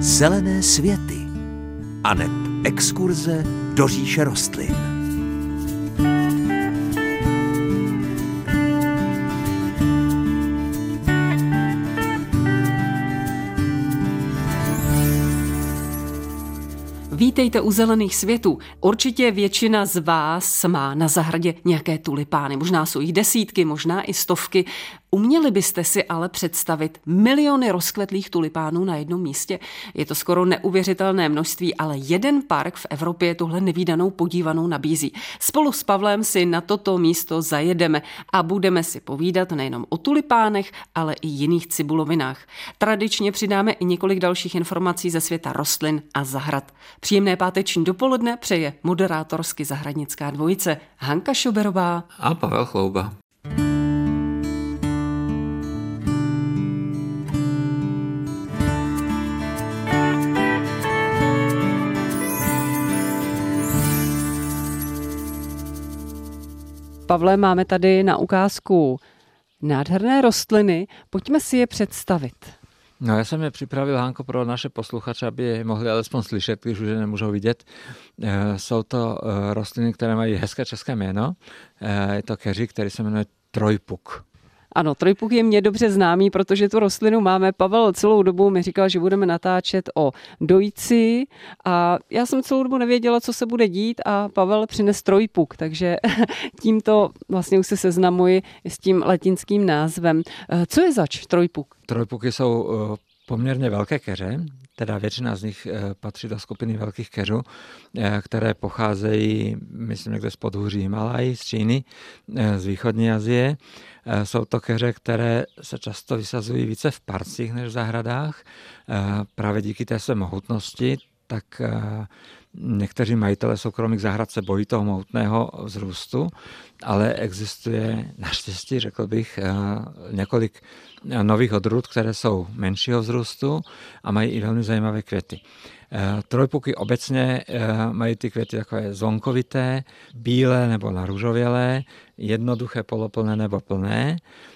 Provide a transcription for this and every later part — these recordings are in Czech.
Zelené světy aneb exkurze do říše rostlin. Vítejte u Zelených světů. Určitě většina z vás má na zahradě nějaké tulipány. Možná jsou jich desítky, možná i stovky. Uměli byste si ale představit miliony rozkvetlých tulipánů na jednom místě? Je to skoro neuvěřitelné množství, ale jeden park v Evropě tuhle nevídanou podívanou nabízí. Spolu s Pavlem si na toto místo zajedeme a budeme si povídat nejenom o tulipánech, ale i jiných cibulovinách. Tradičně přidáme i několik dalších informací ze světa rostlin a zahrad. Příjemné páteční dopoledne přeje moderátorsky zahradnická dvojice Hanka Šoberová a Pavel Chlouba. Pavle, máme tady na ukázku nádherné rostliny. Pojďme si je představit. No, já jsem je připravil, Hanko, pro naše posluchače, aby je mohli alespoň slyšet, když už je nemůžou vidět. Jsou to rostliny, které mají hezké české jméno. Je to keři, který se jmenuje trojpuk. Ano, trojpuk je mně dobře známý, protože tu rostlinu máme. Pavel celou dobu mi říkal, že budeme natáčet o dojci a já jsem celou dobu nevěděla, co se bude dít a Pavel přines trojpuk, takže tímto vlastně už se seznamuji s tím latinským názvem. Co je zač trojpuk? Trojpuky jsou poměrně velké keře, teda většina z nich patří do skupiny velkých keřů, které pocházejí, myslím, někde z podhůří Himalají, z Číny, z východní Asie. Jsou to keře, které se často vysazují více v parcích než v zahradách. Právě díky té své mohutnosti, tak někteří majitelé soukromých zahrad se bojí toho mohutného vzrůstu, ale existuje naštěstí, řekl bych, několik nových odrůd, které jsou menšího vzrůstu a mají i velmi zajímavé květy. Trojpuky obecně mají ty květy takové zvonkovité, bílé nebo narůžovělé, jednoduché, poloplné nebo plné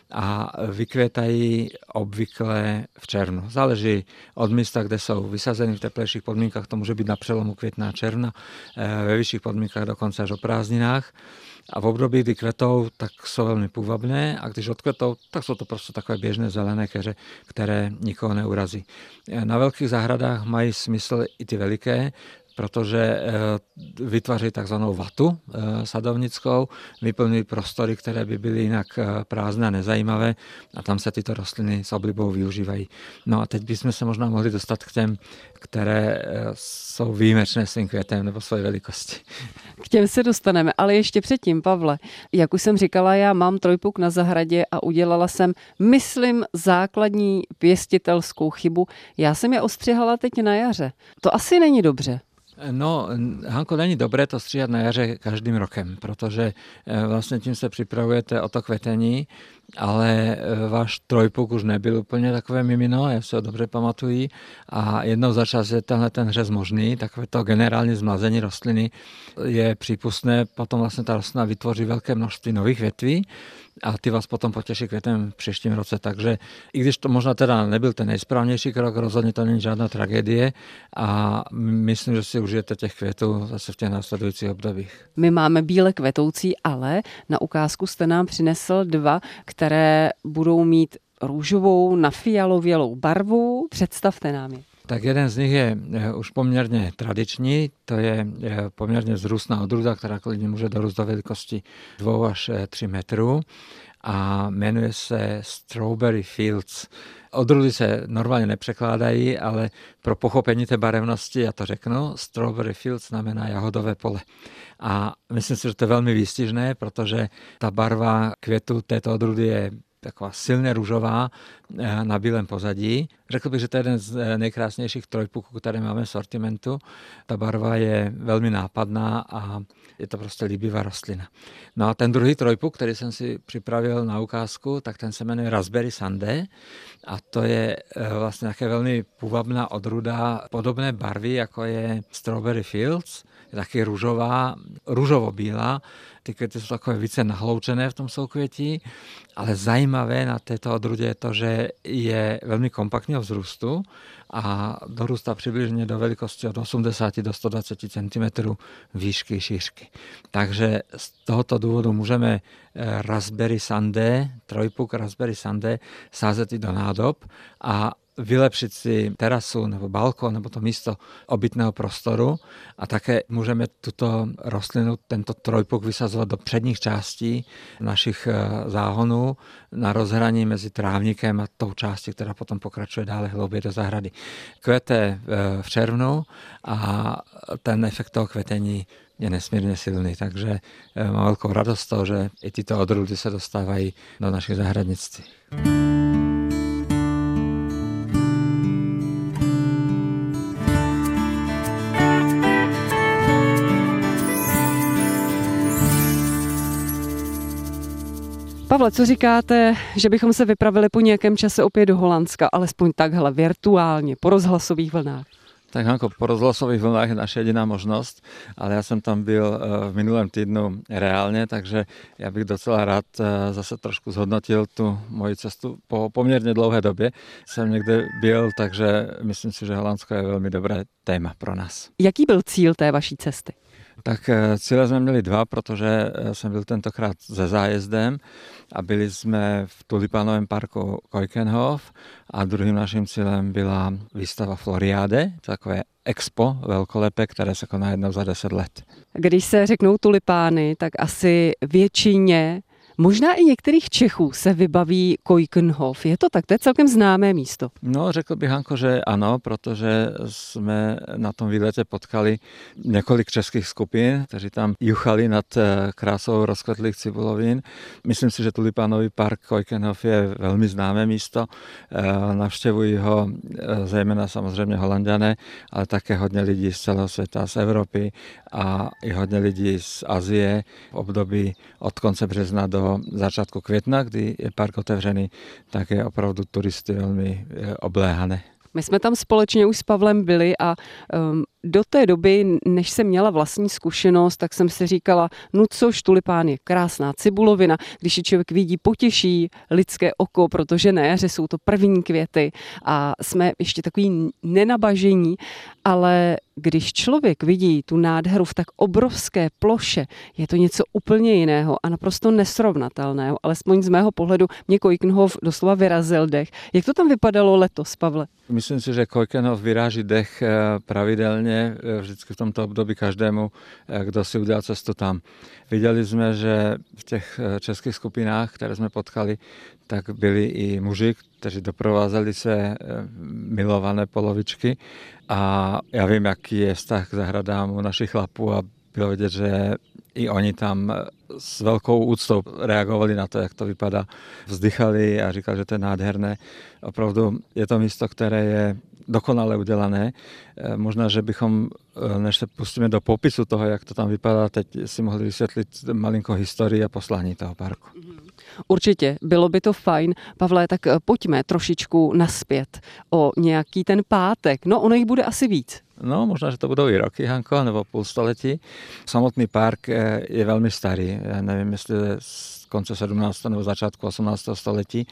a vykvětají obvykle v červnu. Záleží od místa, kde jsou vysazeny v teplejších podmínkách, to může být na přelomu května a června, ve vyšších podmínkách dokonce až o prázdninách. A v období, kdy kvetou, tak jsou velmi půvabné a když odkvetou, tak jsou to prostě takové běžné zelené keře, které nikoho neurazí. Na velkých zahradách mají smysl i ty veliké, protože vytváří takzvanou vatu sadovnickou, vyplňují prostory, které by byly jinak prázdné a nezajímavé a tam se tyto rostliny s oblibou využívají. No a teď bychom se možná mohli dostat k těm, které jsou výjimečné svým květem nebo své velikosti. K těm se dostaneme, ale ještě předtím, Pavle, jak už jsem říkala, já mám trojpuk na zahradě a udělala jsem, myslím, základní pěstitelskou chybu. Já jsem je ostřihala teď na jaře. To asi není dobře. No, Hanko, není dobré to stříhat na jaře každým rokem, protože vlastně tím se připravujete o to kvetení, ale váš trojpuk už nebyl úplně takové mimino, já si ho dobře pamatuji a jednou za čas je tenhle ten řez možný, takové to generální zmlazení rostliny je přípustné, potom vlastně ta rostlina vytvoří velké množství nových větví a ty vás potom potěší květem v příštím roce, takže i když to možná teda nebyl ten nejsprávnější krok, rozhodně to není žádná tragédie a myslím, že si užijete těch květů zase v těch následujících obdobích. My máme bíle kvetoucí, ale na ukázku jste nám přinesl dva, které budou mít růžovou na fialovělou barvu. Představte nám je. Tak jeden z nich je už poměrně tradiční, to je poměrně vzrůstná odrůda, která klidně může dorůst do velikosti 2 až 3 metrů a jmenuje se Strawberry Fields. Odrůdy se normálně nepřekládají, ale pro pochopení té barevnosti, já to řeknu, Strawberry Fields znamená jahodové pole. A myslím si, že to je velmi výstižné, protože ta barva květu této odrůdy je taková silně růžová na bílém pozadí. Řekl bych, že to je jeden z nejkrásnějších trojpuků, které máme v sortimentu. Ta barva je velmi nápadná a je to prostě líbivá rostlina. No a ten druhý trojpuk, který jsem si připravil na ukázku, tak ten se jmenuje Raspberry Sundae a to je vlastně také velmi půvabná odrůda podobné barvy, jako je Strawberry Fields. Je taky růžová, růžovo-bílá. Ty květy jsou takové více nahloučené v tom soukvětí, ale zajímavé na této odrůdě je to, že je velmi kompaktního vzrůstu a dorůstá přibližně do velikosti od 80 do 120 cm výšky, šířky. Takže z tohoto důvodu můžeme Raspberry Sundae, trojpuk Raspberry Sundae sázet i do nádob a vylepšit si terasu nebo balkón nebo to místo obytného prostoru a také můžeme tuto rostlinu, tento trojpuk vysazovat do předních částí našich záhonů na rozhraní mezi trávníkem a tou částí, která potom pokračuje dále hlouběji do zahrady. Kvete v červnu a ten efekt toho kvetení je nesmírně silný, takže mám velkou radost z toho, že i tyto odrůdy se dostávají do našich zahradnictví. Pavle, co říkáte, že bychom se vypravili po nějakém čase opět do Holandska, alespoň takhle virtuálně, po rozhlasových vlnách? Tak Hanko, po rozhlasových vlnách je naše jediná možnost, ale já jsem tam byl v minulém týdnu reálně, takže já bych docela rád zase trošku zhodnotil tu moji cestu po poměrně dlouhé době. Jsem někde byl, takže myslím si, že Holandsko je velmi dobré téma pro nás. Jaký byl cíl té vaší cesty? Tak cíle jsme měli dva, protože jsem byl tentokrát se zájezdem a byli jsme v tulipánovém parku Keukenhof a druhým naším cílem byla výstava Floriade, takové expo velkolepé, které se koná jednou za 10 let. Když se řeknou tulipány, tak asi většině, možná i některých Čechů se vybaví Keukenhof. Je to tak? To je celkem známé místo. No, řekl bych, Hanko, že ano, protože jsme na tom výletě potkali několik českých skupin, kteří tam juchali nad krásou rozkvetlých cibulovín. Myslím si, že tulipánový park Keukenhof je velmi známé místo. Navštěvují ho zejména samozřejmě Holanďané, ale také hodně lidí z celého světa, z Evropy a i hodně lidí z Asie v období od konce března do začátku května, kdy je park otevřený, tak je opravdu turisty velmi obléhané. My jsme tam společně už s Pavlem byli a do té doby, než jsem měla vlastní zkušenost, tak jsem si říkala, no což, tulipán je krásná cibulovina, když je člověk vidí, potěší lidské oko, protože na jaře jsou to první květy a jsme ještě takový nenabažení, ale když člověk vidí tu nádheru v tak obrovské ploše, je to něco úplně jiného a naprosto nesrovnatelného, alespoň z mého pohledu mě Keukenhof doslova vyrazil dech. Jak to tam vypadalo letos, Pavle? Myslím si, že Keukenhof vyráží dech pravidelně vždycky v tomto období každému, kdo si udělal cestu tam. Viděli jsme, že v těch českých skupinách, které jsme potkali, tak byli i muži, kteří doprovázeli své milované polovičky a já vím, jaký je vztah k zahradám u našich chlapů a bylo vidět, že i oni tam s velkou úctou reagovali na to, jak to vypadá. Vzdychali a říkali, že to je nádherné. Opravdu je to místo, které je dokonale udělané. Možná, že bychom, než se pustíme do popisu toho, jak to tam vypadá, teď si mohli vysvětlit malinko historii a poslání toho parku. Určitě, bylo by to fajn. Pavle, tak pojďme trošičku naspět o nějaký ten pátek. No, ono jich bude asi víc. No, možná, že to budou i roky, Hanko, nebo půlstoletí. Samotný park je velmi starý. Já nevím, jestli je z konce 17. nebo začátku 18. století.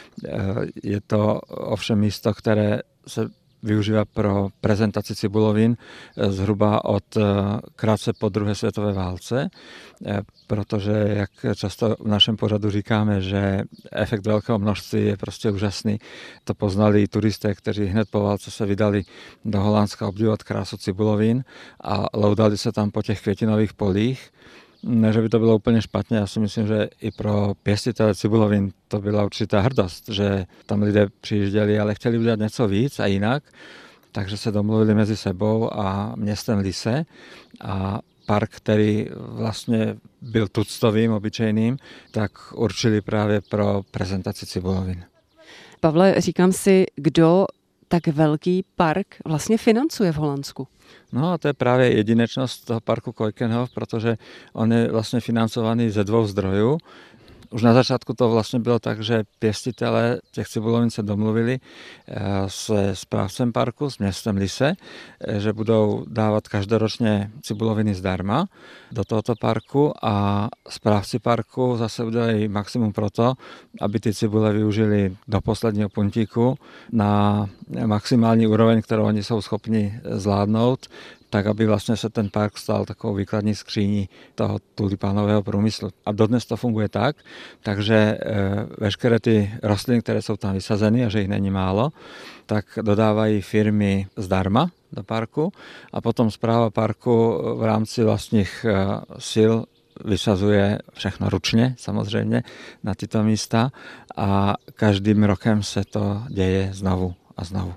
Je to ovšem místo, které se využívá pro prezentaci cibulovín zhruba od krátce po druhé světové válce, protože jak často v našem pořadu říkáme, že efekt velkého množství je prostě úžasný. To poznali i turisté, kteří hned po válce se vydali do Holandska obdivovat krásu cibulovín a loudali se tam po těch květinových polích. Ne, že by to bylo úplně špatně, já si myslím, že i pro pěstitele cibulovin to byla určitá hrdost, že tam lidé přijížděli, ale chtěli udělat něco víc a jinak, takže se domluvili mezi sebou a městem Lisse a park, který vlastně byl tuctovým, obyčejným, tak určili právě pro prezentaci cibulovin. Pavle, říkám si, kdo tak velký park vlastně financuje v Holandsku? No a to je právě jedinečnost toho parku Keukenhof, protože on je vlastně financovaný ze dvou zdrojů. Už na začátku to vlastně bylo tak, že pěstitelé těch cibulovin se domluvili se správcem parku, s městem Lise, že budou dávat každoročně cibuloviny zdarma do tohoto parku a správci parku zase udělají maximum pro to, aby ty cibule využili do posledního puntíku na maximální úroveň, kterou oni jsou schopni zvládnout, tak aby vlastně se ten park stal takovou výkladní skříní toho tulipánového průmyslu. A dodnes to funguje tak, takže veškeré ty rostliny, které jsou tam vysazeny, a že jich není málo, tak dodávají firmy zdarma do parku a potom správa parku v rámci vlastních sil vysazuje všechno ručně samozřejmě na tyto místa a každým rokem se to děje znovu a znovu.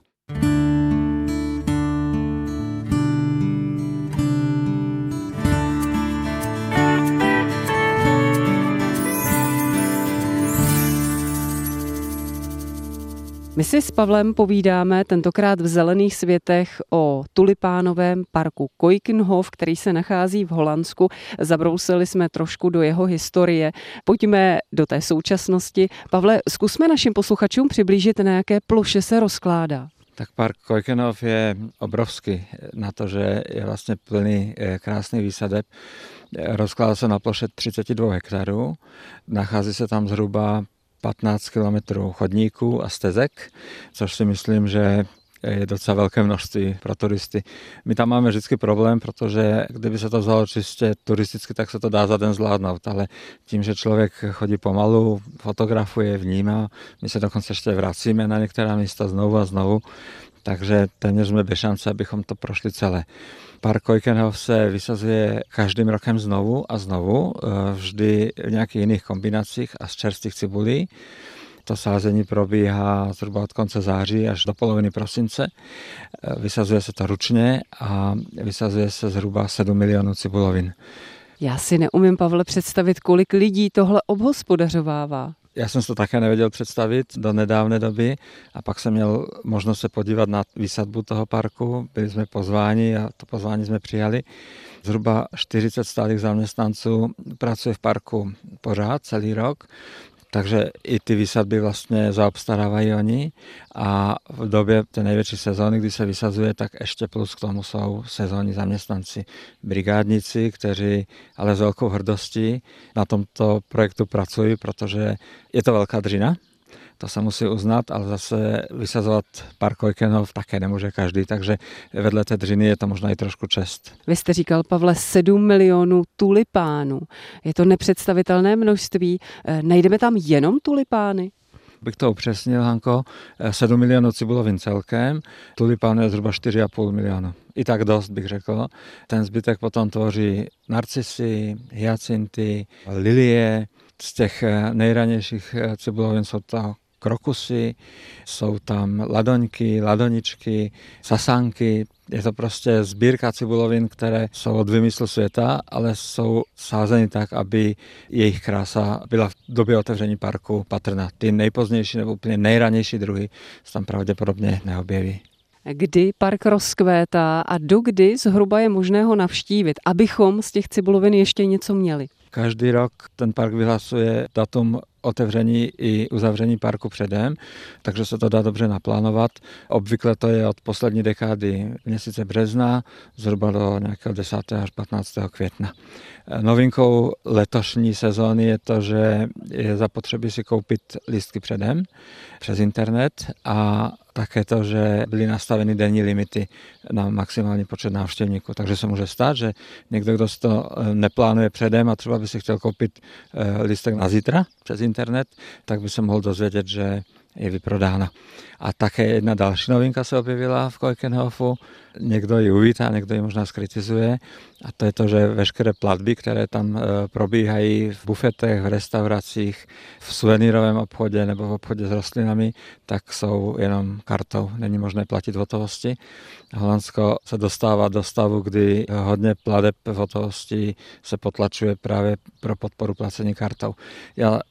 My si s Pavlem povídáme tentokrát v Zelených světech o tulipánovém parku Keukenhof, který se nachází v Holandsku. Zabrousili jsme trošku do jeho historie. Pojďme do té současnosti. Pavle, zkusme našim posluchačům přiblížit, na jaké ploše se rozkládá. Tak park Keukenhof je obrovský na to, že je vlastně plný krásných výsadeb. Rozkládá se na ploše 32 hektarů. Nachází se tam zhruba 15 kilometrů chodníků a stezek, což si myslím, že je docela velké množství pro turisty. My tam máme vždycky problém, protože kdyby se to vzalo čistě turisticky, tak se to dá za den zvládnout, ale tím, že člověk chodí pomalu, fotografuje, vnímá, my se dokonce ještě vracíme na některá místa znovu a znovu, takže téměř jsme bez šance, abychom to prošli celé. Park Keukenhof se vysazuje každým rokem znovu a znovu, vždy v nějakých jiných kombinacích a z čerstvých cibulí. To sázení probíhá zhruba od konce září až do poloviny prosince. Vysazuje se to ručně a vysazuje se zhruba 7 milionů cibulovin. Já si neumím, Pavle, představit, kolik lidí tohle obhospodařovává. Já jsem si to také nevěděl představit do nedávné doby a pak jsem měl možnost se podívat na výsadbu toho parku. Byli jsme pozváni a to pozvání jsme přijali. Zhruba 40 stálých zaměstnanců pracuje v parku pořád, celý rok. Takže i ty výsadby vlastně zaobstarávají oni a v době té největší sezóny, kdy se vysazuje, tak ještě plus k tomu jsou sezónní zaměstnanci, brigádníci, kteří ale s velkou hrdostí na tomto projektu pracují, protože je to velká dřina. To se musí uznat, ale zase vysazovat park Keukenhof také nemůže každý, takže vedle té dřiny je to možná i trošku čest. Vy jste říkal, Pavle, 7 milionů tulipánů. Je to nepředstavitelné množství. Najdeme tam jenom tulipány? Bych to upřesnil, Hanko, 7 milionů cibulovin celkem, tulipánů je zhruba 4,5 milionu. I tak dost, bych řekl. Ten zbytek potom tvoří narcisy, hyacinty, lilie. Z těch nejranějších cibulovin jsou to krokusy, jsou tam ladoňky, ladoničky, sasánky. Je to prostě sbírka cibulovin, které jsou od vymyslu světa, ale jsou sázeny tak, aby jejich krása byla v době otevření parku patrná. Ty nejpozdější nebo úplně nejranější druhy se tam pravděpodobně neobjeví. Kdy park rozkvétá a dokdy zhruba je možné ho navštívit, abychom z těch cibulovin ještě něco měli? Každý rok ten park vyhlasuje datum otevření i uzavření parku předem, takže se to dá dobře naplánovat. Obvykle to je od poslední dekády měsíce března, zhruba do nějakého 10. až 15. května. Novinkou letošní sezóny je to, že je zapotřebí si koupit lístky předem přes internet a také to, že byly nastaveny denní limity na maximální počet návštěvníků. Takže se může stát, že někdo, kdo si to neplánuje předem a třeba by si chtěl koupit lístek na zítra přes internet, tak by se mohl dozvědět, že je vyprodána. A také jedna další novinka se objevila v Keukenhofu. Někdo ji uvítá, někdo ji možná skritizuje. A to je to, že veškeré platby, které tam probíhají v bufetech, v restauracích, v suvenýrovém obchodě nebo v obchodě s rostlinami, tak jsou jenom kartou. Není možné platit v hotovosti. Holandsko se dostává do stavu, kdy hodně plateb v hotovosti se potlačuje právě pro podporu placení kartou. Já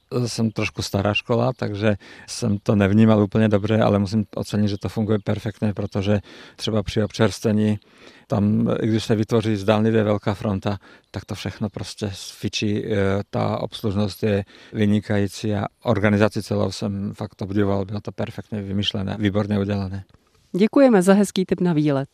jsem trošku stará škola, takže jsem to nevnímal úplně dobře, ale musím ocenit, že to funguje perfektně, protože třeba při občerstvení tam, i když se vytvoří zdánlivě velká fronta, tak to všechno prostě sfičí. Ta obslužnost je vynikající a organizaci celou jsem fakt obdivoval. Bylo to perfektně vymyšlené, výborně udělané. Děkujeme za hezký tip na výlet.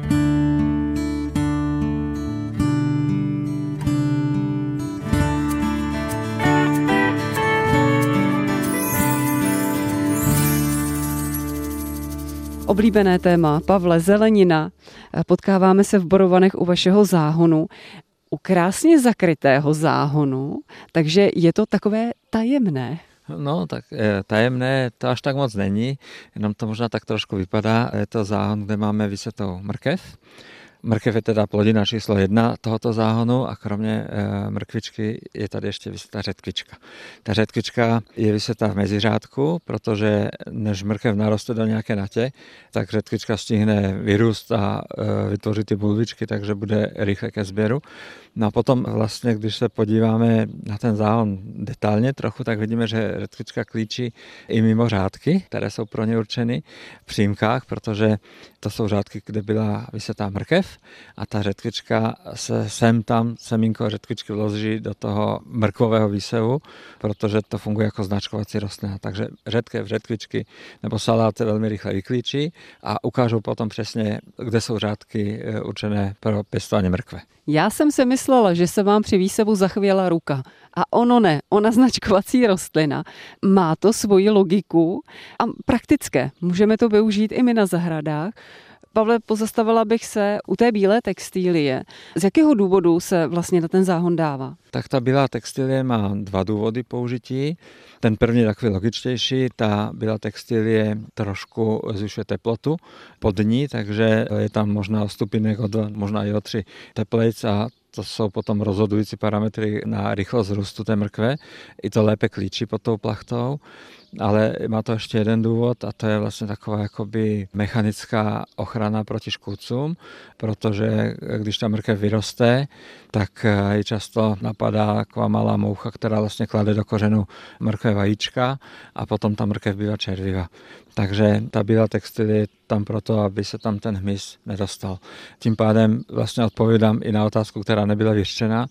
Oblíbené téma, Pavle, zelenina. Potkáváme se v Borovanech u vašeho záhonu, u krásně zakrytého záhonu, takže je to takové tajemné. No, tak tajemné to až tak moc není, jenom to možná tak trošku vypadá. Je to záhon, kde máme vysetou mrkev. Mrkev je teda plodina číslo 1 tohoto záhonu a kromě mrkvičky je tady ještě vysetá řetkvička. Ta řetkvička je vysetá v meziřádku, protože než mrkev naroste do nějaké natě, tak řetkvička stihne vyrůst a vytvořit ty bulvičky, takže bude rychle ke sběru. No a potom vlastně, když se podíváme na ten záhon detailně trochu, tak vidíme, že řetkvička klíčí i mimo řádky, které jsou pro ně určeny v přímkách, protože to jsou řádky, kde byla vysetá mrkev a ta řetkvička se sem tam semínko řetkvičky vloží do toho mrkvového výsevu, protože to funguje jako značkovací rostlina. Takže řetkvičky nebo saláty velmi rychle vyklíčí a ukážou potom přesně, kde jsou řádky určené pro pěstování mrkve. Já jsem si myslela, že se vám při výsevu zachvěla ruka. A ono ne, ona značkovací rostlina. Má to svoji logiku a praktické. Můžeme to využít i my na zahradách. Pavle, pozastavila bych se u té bílé textilie. Z jakého důvodu se vlastně na ten záhon dává? Tak ta bílá textilie má 2 důvody použití. Ten první je takový logičtější. Ta bílá textilie trošku zvyšuje teplotu pod ní, takže je tam možná o stupinek, o 2, možná i o 3 teplejc a to jsou potom rozhodující parametry na rychlost růstu té mrkve. I to lépe klíčí pod tou plachtou. Ale má to ještě jeden důvod a to je vlastně taková jakoby mechanická ochrana proti škůdcům, protože když ta mrkev vyroste, tak ji často napadá taková malá moucha, která vlastně klade do kořenu mrkve vajíčka a potom ta mrkev bývá červivá. Takže ta bílá textilie je tam proto, aby se tam ten hmyz nedostal. Tím pádem vlastně odpovídám i na otázku, která nebyla vyřčena,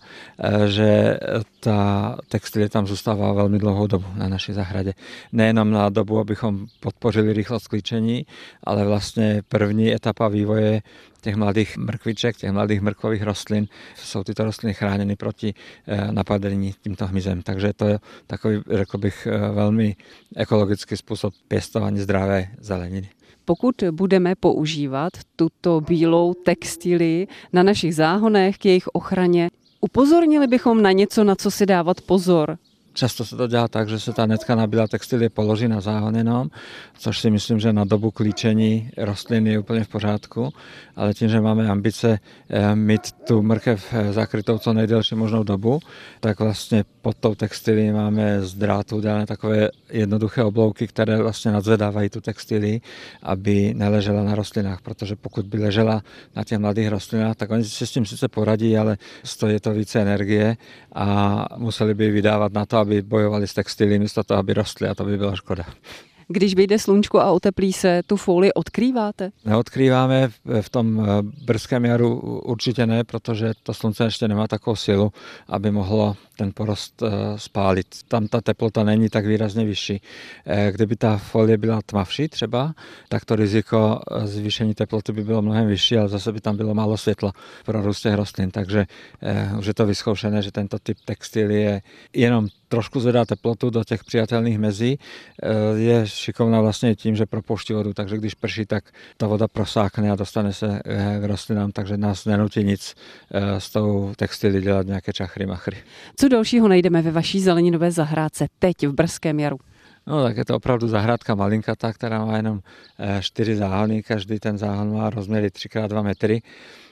že ta textilie tam zůstává velmi dlouhou dobu na naší zahradě. Nejenom na dobu, abychom podpořili rychlost klíčení, ale vlastně první etapa vývoje těch mladých mrkviček, těch mladých mrkvových rostlin, jsou tyto rostliny chráněny proti napadení tímto hmyzem. Takže to je takový, řekl bych, velmi ekologický způsob pěstování zdravé zeleniny. Pokud budeme používat tuto bílou textilii na našich záhonech k jejich ochraně, upozornili bychom na něco, na co si dávat pozor. Často se to dělá tak, že se ta netkaná bílá textilie položí na záhon jenom, což si myslím, že na dobu klíčení rostlin je úplně v pořádku, ale tím, že máme ambice mít tu mrkev zakrytou co nejdelší možnou dobu, tak vlastně pod tou textilí máme z drátu udělané takové jednoduché oblouky, které vlastně nadzvedávají tu textilii, aby neležela na rostlinách, protože pokud by ležela na těch mladých rostlinách, tak oni si s tím sice poradí, ale stojí to více energie a museli by vydávat na to, aby bojovali s textilí místo toho, aby rostly a to by byla škoda. Když vyjde slunčko a oteplí se, tu folii odkrýváte? Neodkrýváme v tom brzkém jaru určitě ne, protože to slunce ještě nemá takovou silu, aby mohlo ten porost spálit. Tam ta teplota není tak výrazně vyšší. Kdyby ta folie byla tmavší třeba, tak to riziko zvýšení teploty by bylo mnohem vyšší, ale zase by tam bylo málo světla pro růst těch rostlin. Takže už je to vyzkoušené, že tento typ textilie jenom trošku zvedá teplotu do těch přijatelných mezí. Je šikovná vlastně tím, že propouští vodu, takže když prší, tak ta voda prosákne a dostane se k rostlinám, takže nás nenutí nic s tou textilí dělat nějaké čachry, machry. Co dalšího najdeme ve vaší zeleninové zahrádce teď v brzkém jaru? No tak je to opravdu zahrádka malinkatá, která má jenom 4 záhony, každý ten záhon má rozměry 3x2 metry.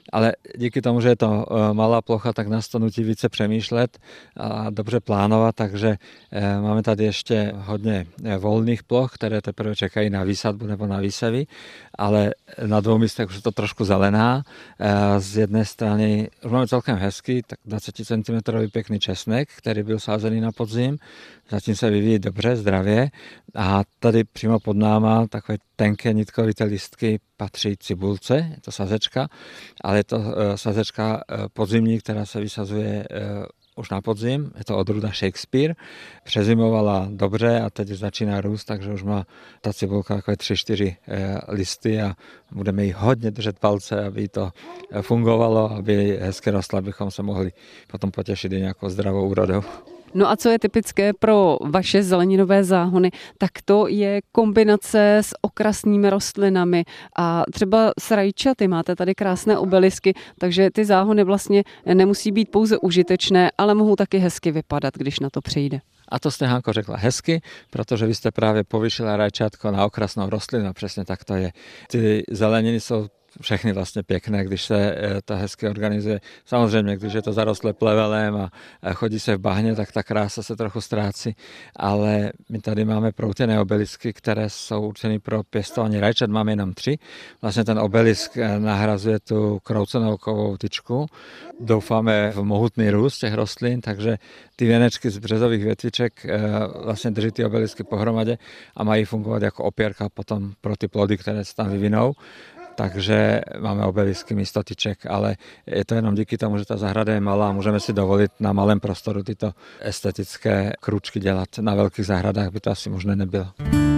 ale díky tomu, že je to malá plocha, tak nás to nutí více přemýšlet a dobře plánovat, takže máme tady ještě hodně volných ploch, které teprve čekají na výsadbu nebo na výsevy, ale na 2 místech už je to trošku zelená. Z jedné strany už máme celkem hezký, tak 20 cm pěkný česnek, který byl sázený na podzim. Zatím se vyvíjí dobře, zdravě. A tady přímo pod náma takové tenké nitkovité listky patří cibulce, je to sazečka, ale je to sazečka podzimní, která se vysazuje už na podzim, je to odrůda Shakespeare, přezimovala dobře a teď už začíná růst, takže už má ta cibulka takové 3-4 listy a budeme jí hodně držet palce, aby to fungovalo, aby hezky rostla, abychom se mohli potom potěšit i nějakou zdravou úrodou. No a co je typické pro vaše zeleninové záhony, tak to je kombinace s okrasnými rostlinami a třeba s rajčaty. Máte tady krásné obelisky, takže ty záhony vlastně nemusí být pouze užitečné, ale mohou taky hezky vypadat, když na to přijde. A to jste, Hanko, řekla hezky, protože vy jste právě povyšila rajčátko na okrasnou rostlinu a přesně tak to je. Ty zeleniny jsou všechny vlastně pěkné, když se to hezky organizuje. Samozřejmě, když je to zarostlé plevelem a chodí se v bahně, tak ta krása se trochu ztrácí, ale my tady máme proutěné obelisky, které jsou určeny pro pěstování rajčat, máme jenom 3. Vlastně ten obelisk nahrazuje tu kroucenou kovovou tyčku. Doufáme v mohutný růst těch rostlin, takže ty věnečky z březových větviček vlastně drží ty obelisky pohromadě a mají fungovat jako opěrka potom pro ty plody, které se tam vyvinou. Takže máme obelisky místo tyček, ale je to jenom díky tomu, že ta zahrada je malá a můžeme si dovolit na malém prostoru tyto estetické krůčky dělat. Na velkých zahradách by to asi možné nebylo.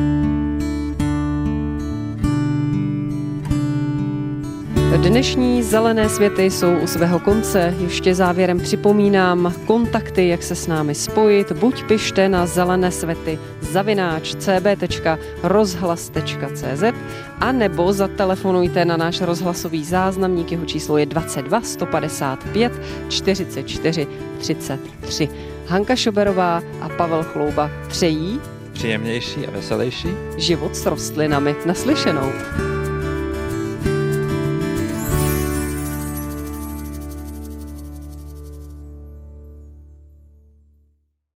Dnešní Zelené světy jsou u svého konce. Ještě závěrem připomínám kontakty, jak se s námi spojit. Buď pište na zelenesvety@cb.rozhlas.cz a nebo zatelefonujte na náš rozhlasový záznamník, jeho číslo je 22 155 44 33. Hanka Šoberová a Pavel Chlouba přejí příjemnější a veselější život s rostlinami. Naslyšenou.